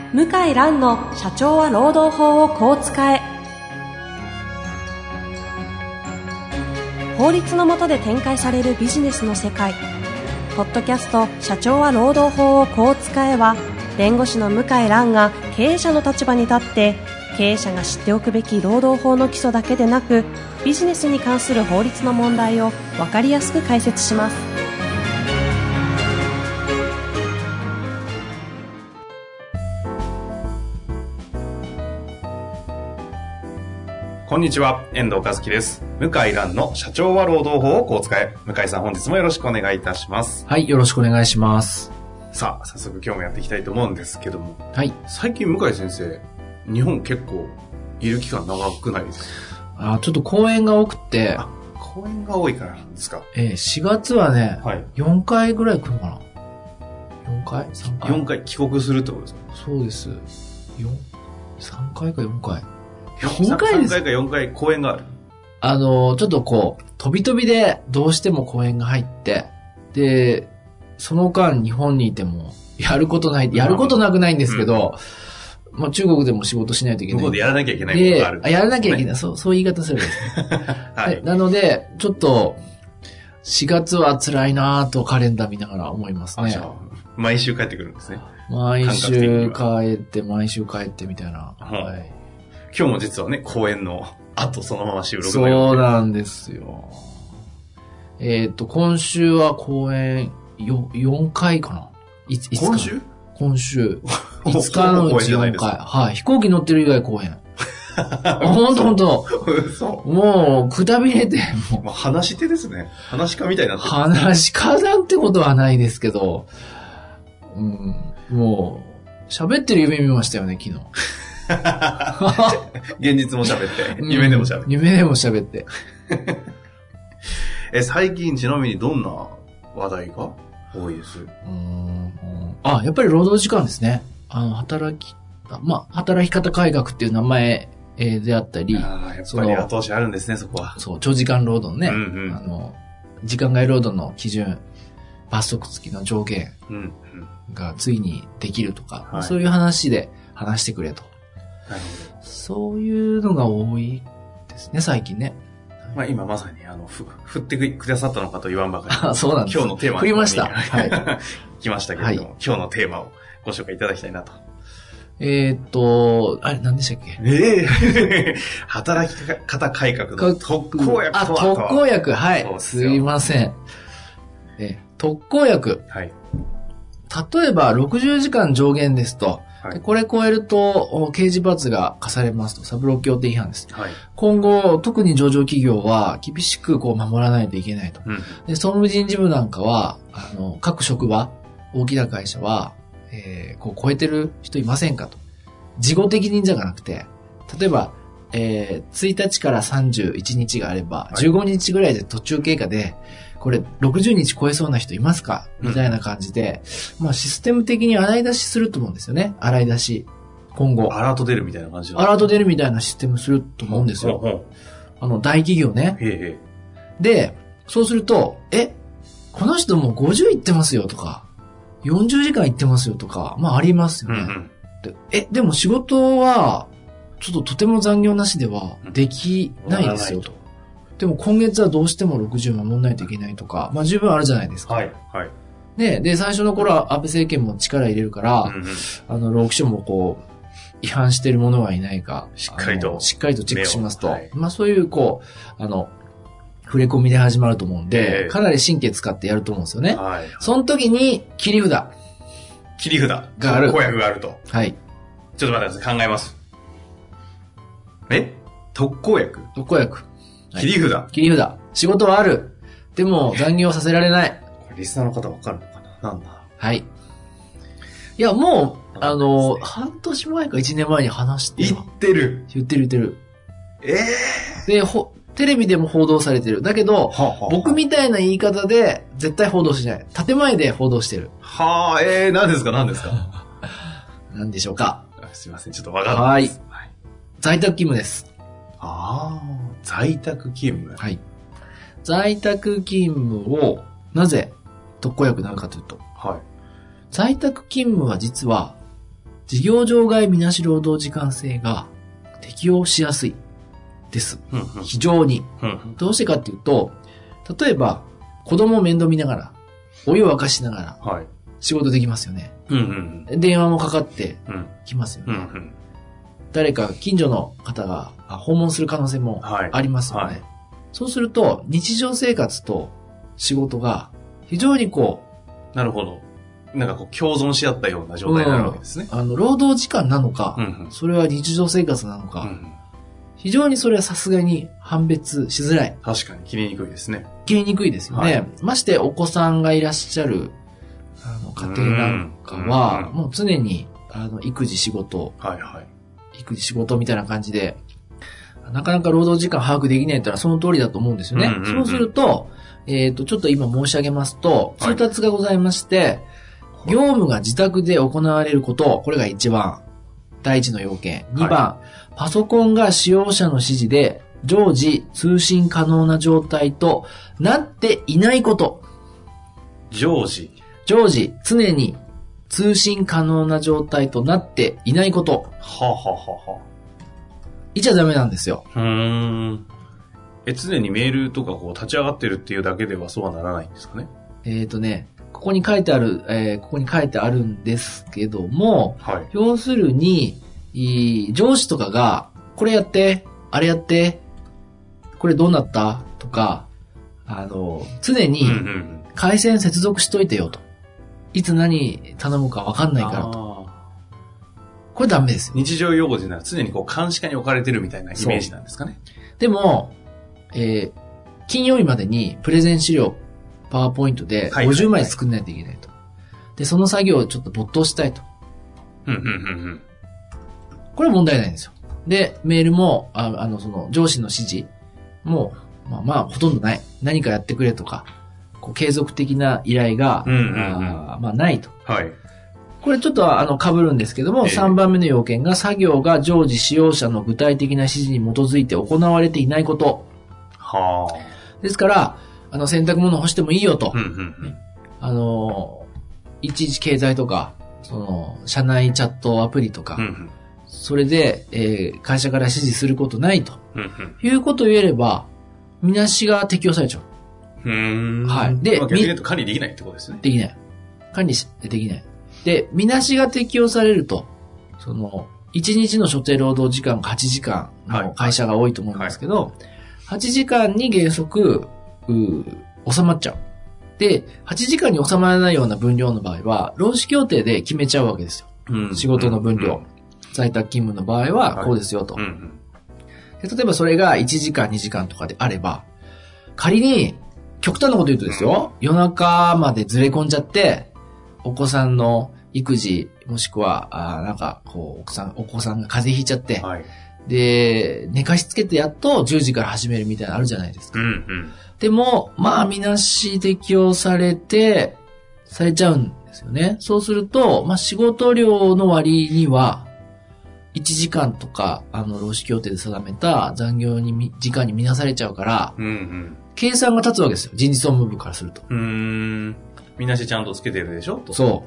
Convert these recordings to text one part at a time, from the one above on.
向井蘭の社長は労働法をこう使え。法律の下で展開されるビジネスの世界。ポッドキャスト社長は労働法をこう使えは、弁護士の向井蘭が経営者の立場に立って経営者が知っておくべき労働法の基礎だけでなく、ビジネスに関する法律の問題を分かりやすく解説します。 こんにちは、遠藤和樹です。向井蘭の社長は労働法をこう使え。向井さん、本日もよろしくお願いいたします。 はい、よろしくお願いします。 さあ、早速今日もやっていきたいと思うんですけども。 はい。 最近向井先生、日本結構いる期間長くないですか？ ちょっと講演が多くて。 講演が多いからなんですか ？4月はね、はい、4回ぐらい来るのかな？ 4 回 ?3 回 ?4 回帰国するってことですか？ そうです。3回か4回。 4回です。3回か4回講演がある。 ちょっとこう、飛び飛びでどうしても講演が入って、で、その間日本にいても、やることなくないんですけど、まあ中国でも仕事しないといけない。 向こうでやらなきゃいけないことがある。 やらなきゃいけない。そういう言い方するんですね。はい。なので、ちょっと、4月は辛いなぁとカレンダー見ながら思いますね。 毎週帰ってくるんですね。 毎週帰ってみたいな。はい。 今日も実はね、講演の後そのまま収録のそうなんですよ。今週は講演4回かな。 今週 5日のうち4回。はい。飛行機乗ってる以外講演。ほんと。もう、くたびれて。 もう話し手ですね。話し家みたいになってる。話し家なんてことはないですけど、もう、喋ってる夢見ましたよね、昨日。 現実も喋って、夢でも喋って。 夢でも喋って。 最近ちなみにどんな話題が多いです？ やっぱり労働時間ですね。働き方改革っていう名前であったり。 やっぱり後押しあるんですね、そこは。 そう、長時間労働ね。時間外労働の基準、罰則付きの上限がついにできるとか、そういう話で話してくれと。 なるほど。 そういうのが多いですね、最近ね。 まあ今まさに振ってくださったのかと言わんばかり。 そうなんです。 今日のテーマに振りました。はい。 来ましたけれども、今日のテーマをご紹介いただきたいなと。 あれ何でしたっけ？ 働き方改革の特効薬とは。 特効薬、はい。すいません。特効薬。 はい。 例えば60時間上限ですと、はい、これ超えると刑事罰が課されますと、サブロー協定違反です。はい、今後、特に上場企業は厳しく守らないといけないと。で、総務人事部なんかは、各職場、大きな会社は、超えてる人いませんかと。事後的にじゃなくて、例えば、1日から31日があれば、15日ぐらいで途中経過で、これ60日超えそうな人いますかみたいな感じで、まあシステム的に洗い出しすると思うんですよね。洗い出し。今後。 アラート出るみたいな感じアラート出るみたいなシステムすると思うんですよ。大企業ね。で、そうすると、この人もう50行ってますよとか、40時間行ってますよとか、まあありますよね。でも仕事は、ちょっととても残業なしではできないですよと。でも今月はどうしても60守んないといけないとか、まあ十分あるじゃないですか。 はい。はい。 で、最初の頃は安倍政権も力入れるから、労基署も違反してる者がいないか、 しっかりとチェックしますと、まあそういう触れ込みで始まると思うんで、かなり神経使ってやると思うんですよね。はい。その時に切り札がある。 特効薬があると。 はい。 ちょっと待ってください。考えます。特効薬。切り札。仕事はある。でも残業させられない。 これリスナーの方わかるのかな？なんだ？ はい。いや、もう、半年前か1年前に話して言ってる。 で、テレビでも報道されてる。だけど、僕みたいな言い方で絶対報道しない。建前で報道してる。 何ですか？ 何でしょうか？ すいません、ちょっとわからないです。 はい。在宅勤務です。 在宅勤務。 はい。在宅勤務を、なぜ特効薬なのかというと、 はい。 在宅勤務は実は、 事業場外みなし労働時間制が適用しやすいです。非常に。どうしてかっていうと、例えば、子供を面倒見ながら、お湯を沸かしながら、仕事できますよね。電話もかかってきますよね。誰か近所の方が訪問する可能性もありますよね。そうすると、日常生活と仕事が非常になるほど。なんか共存し合ったような状態になるわけですね。 労働時間なのか、それは日常生活なのか、非常にそれはさすがに判別しづらい。 確かに切りにくいですね。 切りにくいですよね。ましてお子さんがいらっしゃる家庭なんかは、もう常に育児仕事、育児仕事みたいな感じで、なかなか労働時間把握できないってのはその通りだと思うんですよね。そうすると、ちょっと今申し上げますと、通達がございまして、業務が自宅で行われること、これが1番、第一の要件。2番、パソコンが使用者の指示で常時通信可能な状態となっていないこと。常時、常に通信可能な状態となっていないこと。いちゃダメなんですよ。 常にメールとか立ち上がってるっていうだけではそうはならないんですかね。 ここに書いてある、んですけども、要するに、上司とかが、これやって、あれやって、これどうなったとか、常に、回線接続しといてよと。いつ何頼むか分かんないからと。これダメですよ。 日常用語でなら常に監視下に置かれてるみたいなイメージなんですかね。 でも、金曜日までにプレゼン資料、パワーポイントで50枚作んないといけないと。で、その作業をちょっと没頭したいと。これは問題ないんですよ。で、メールも、その上司の指示も、ほとんどない。何かやってくれとか、継続的な依頼が、ないと。これちょっと被るんですけども、3番目の要件が作業が常時使用者の具体的な指示に基づいて行われていないこと。ですから、洗濯物干してもいいよと。いちいち経済とか、社内チャットアプリとか、それで、会社から指示することないと。いうことを言えれば、みなしが適用されちゃう。 で、逆に言うと管理できないってことですね。 できない。管理できない。で、みなしが適用されると、1日の所定労働時間が8時間の会社が多いと思うんですけど、8時間に原則、収まっちゃう。で、8時間に収まらないような分量の場合は、労使協定で決めちゃうわけですよ。仕事の分量。在宅勤務の場合は、こうですよと。で例えばそれが1時間、2時間とかであれば、仮に、極端なこと言うとですよ、夜中までずれ込んじゃって、お子さんの育児、もしくは、お子さんが風邪ひいちゃって、で、寝かしつけてやっと10時から始めるみたいなのあるじゃないですか。でも、みなし適用されちゃうんですよね。そうすると、仕事量の割には、1時間とか、労使協定で定めた残業時間に見なされちゃうから、計算が立つわけですよ。人事総務部からすると。 みなしちゃんとつけてるでしょと。 そう。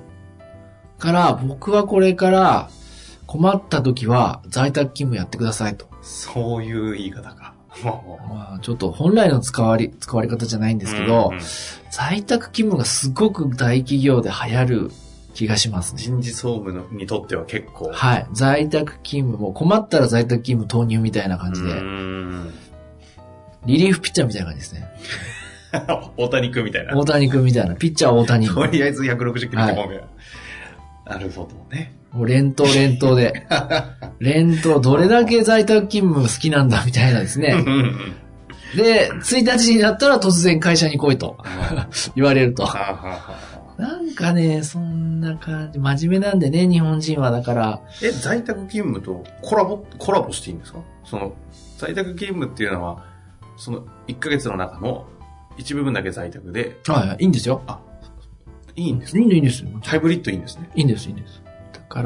から僕はこれから困った時は在宅勤務やってくださいと。 そういう言い方か。 ちょっと本来の使われ方じゃないんですけど、在宅勤務がすごく大企業で流行る気がしますね。 人事総務にとっては結構。 はい。在宅勤務も困ったら在宅勤務投入みたいな感じで。リリーフピッチャーみたいな感じですね。 大谷君みたいな。 大谷君みたいな。ピッチャー大谷。 とりあえず160キロでもなるほどね。 もう連投で。連投、どれだけ在宅勤務好きなんだみたいなですね。で、1日になったら突然会社に来いと言われると。なんかね、そんな感じ。真面目なんでね、日本人はだから。 在宅勤務とコラボしていいんですか？在宅勤務っていうのは、1ヶ月の中の一部分だけ在宅で。 いいんですよ。 いいんですね。 いいんです。 ハイブリッドいいんですね。 いいんです。だから、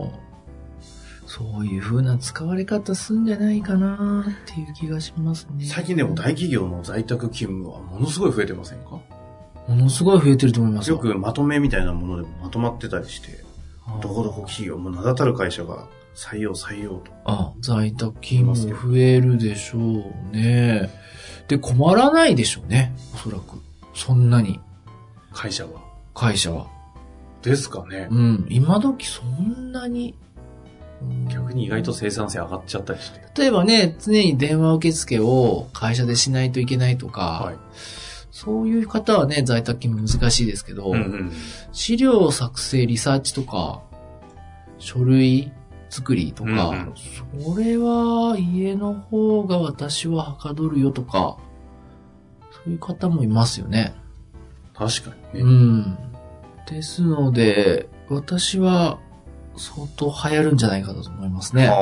そういう風な使われ方すんじゃないかなっていう気がしますね。 最近でも大企業の在宅勤務はものすごい増えてませんか？ ものすごい増えてると思いますよくまとめみたいなものでもまとまってたりして。 どこどこ企業、もう名だたる会社が採用と。 在宅勤務増えるでしょうね。で、困らないでしょうね。おそらく。そんなに。 会社は。 ですかね。 今時そんなに。 逆に意外と生産性上がっちゃったりして。 例えばね、常に電話受付を会社でしないといけないとか、そういう方はね、在宅勤務難しいですけど、資料作成、リサーチとか、書類作りとか、それは家の方が私ははかどるよとか、そういう方もいますよね。 確かにね。 ですので、私は相当流行るんじゃないかと思いますね。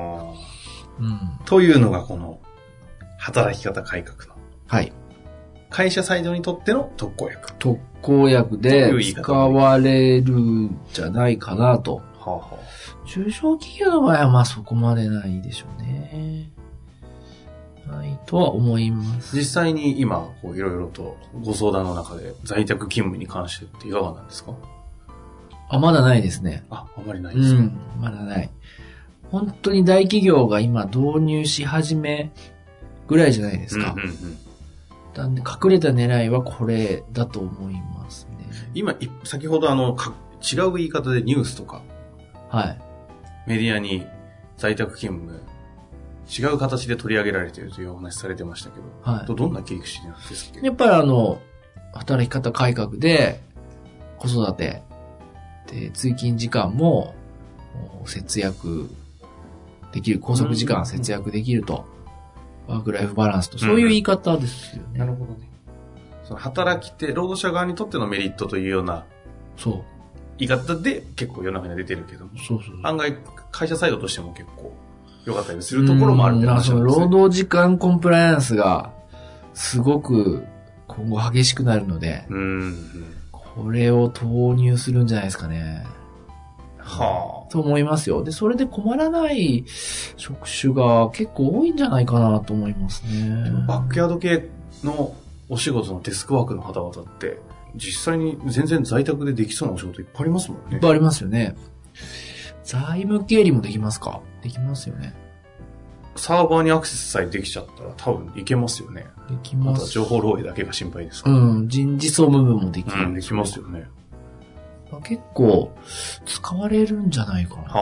というのがこの働き方改革の。 はい。 会社サイドにとっての特効薬。 特効薬で使われるんじゃないかなと。中小企業の場合はまあそこまでないでしょうね。ないとは思います。 実際に今、いろいろとご相談の中で在宅勤務に関してっていかがなんですか？ まだないですね。 あまりないですか？ まだない。本当に大企業が今導入し始めぐらいじゃないですか。なんで隠れた狙いはこれだと思いますね。 今、先ほど違う言い方でニュースとか、メディアに在宅勤務、違う形で取り上げられているというお話されてましたけど、どんな切り口なんですか？ やっぱり働き方改革で、子育て、で、通勤時間も節約できる、拘束時間節約できると、ワークライフバランスと、そういう言い方ですよね。 なるほどね。その働き手、労働者側にとってのメリットというような、言い方で結構世の中に出てるけども、案外会社サイドとしても結構良かったりするところもあるって話なんですね。 労働時間コンプライアンスがすごく今後激しくなるので、これを投入するんじゃないですかね。と思いますよ。で、それで困らない職種が結構多いんじゃないかなと思いますね。 バックヤード系のお仕事のデスクワークの方々って、実際に全然在宅でできそうなお仕事いっぱいありますもんね。 いっぱいありますよね。財務経理もできますか？できますよね。 サーバーにアクセスさえできちゃったら多分いけますよね。 できます。 あとは情報漏洩だけが心配ですか？ 人事総務部もできる。 できますよね。 結構使われるんじゃないかな。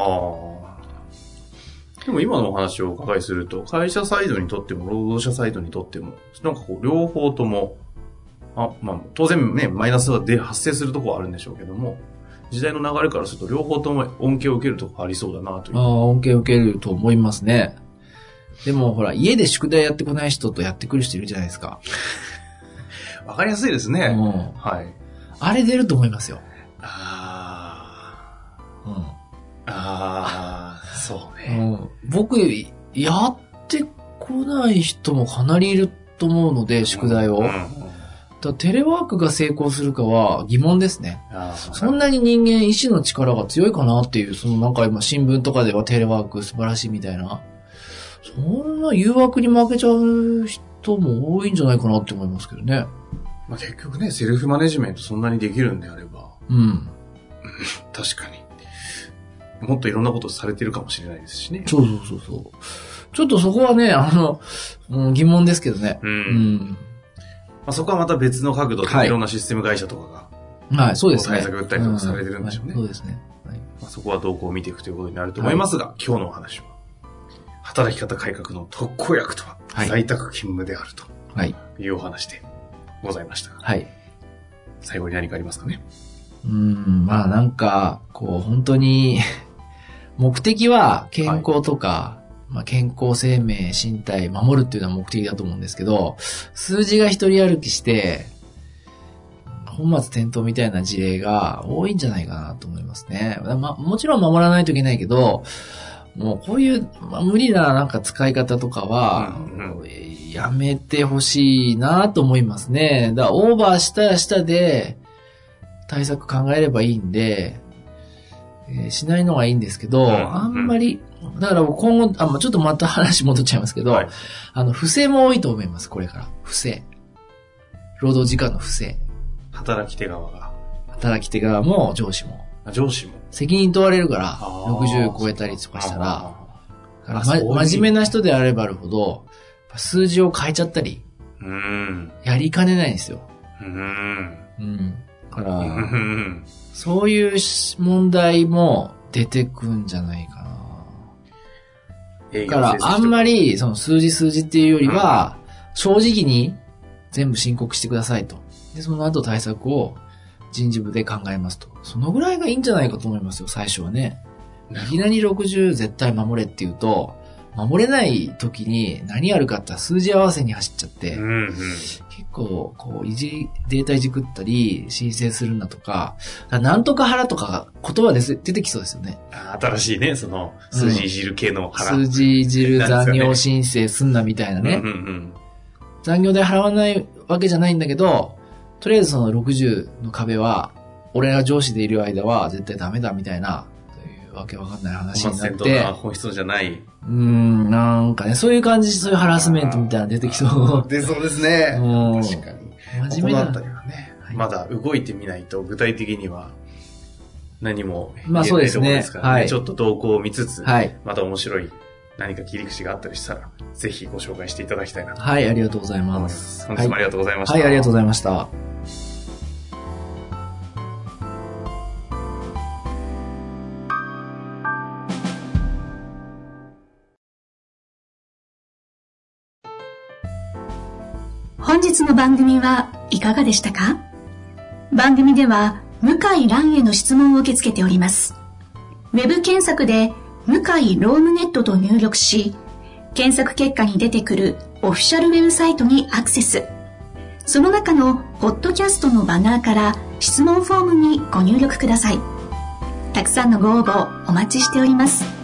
でも今のお話をお伺いすると、会社サイドにとっても労働者サイドにとっても、なんか両方とも、当然ね、マイナスで発生するところはあるんでしょうけども、時代の流れからすると両方とも恩恵を受けるところありそうだなという。 恩恵を受けると思いますね。でもほら、家で宿題やってこない人とやってくる人いるじゃないですか。 わかりやすいですね。 あれ出ると思いますよ。 そうね。 僕、やってこない人もかなりいると思うので、宿題を。テレワークが成功するかは疑問ですね。そんなに人間意志の力が強いかなっていう、なんか今新聞とかではテレワーク素晴らしいみたいな。そんな誘惑に負けちゃう人も多いんじゃないかなって思いますけどね。 結局ね、セルフマネジメントそんなにできるんであれば。確かに。もっといろんなことされてるかもしれないですしね。 そう。ちょっとそこはね、疑問ですけどね。 そこはまた別の角度でいろんなシステム会社とかが、 そうですね。 対策打ったりとかされてるんでしょうね。 そうですね。 そこは動向を見ていくということになると思いますが、今日のお話は、働き方改革の特効薬とは、在宅勤務であるというお話でございました。最後に何かありますかね？ なんか、本当に、目的は健康とか、健康生命、身体、守るっていうのは目的だと思うんですけど、数字が一人歩きして、本末転倒みたいな事例が多いんじゃないかなと思いますね。もちろん守らないといけないけど、もうこういう、無理ななんか使い方とかは、やめてほしいなと思いますね。だからオーバーしたらしたで、対策考えればいいんで、しないのがいいんですけど、あんまり、だから今後、ちょっとまた話戻っちゃいますけど、不正も多いと思います、これから。不正。労働時間の不正。 働き手側が。 働き手側も上司も。 上司も責任問われるから、60超えたりとかしたら、真面目な人であればあるほど、数字を変えちゃったり、やりかねないんですよ。だから、そういう問題も出てくんじゃないかな。だから、あんまり、その数字っていうよりは、正直に全部申告してくださいと。で、その後対策を人事部で考えますと。そのぐらいがいいんじゃないかと思いますよ、最初はね。いきなり60絶対守れって言うと、守れない時に何やるかって数字合わせに走っちゃって、結構、データいじくったり、申請するんだとか、なんとか腹とか言葉で出てきそうですよね。 新しいね、その、数字いじる系の腹。 数字いじる残業申請すんなみたいなね。残業代払わないわけじゃないんだけど、とりあえずその60の壁は、俺が上司でいる間は絶対ダメだみたいな、わけわかんない話になって。 本質じゃない。 なんかね、そういう感じ、そういうハラスメントみたいなの出てきそう。 出そうですね。確かに。 真面目な。 このあたりはね、まだ動いてみないと具体的には何も言えないところですからね。ちょっと動向を見つつ、また面白い何か切り口があったりしたら、ぜひご紹介していただきたいなと。 はい、ありがとうございます。 本日もありがとうございました。 はい、ありがとうございました。 本日の番組はいかがでしたか？番組では向井蘭への質問を受け付けております。ウェブ検索で向井ロームネットと入力し、検索結果に出てくるオフィシャルウェブサイトにアクセス。その中のポッドキャストのバナーから質問フォームにご入力ください。たくさんのご応募お待ちしております。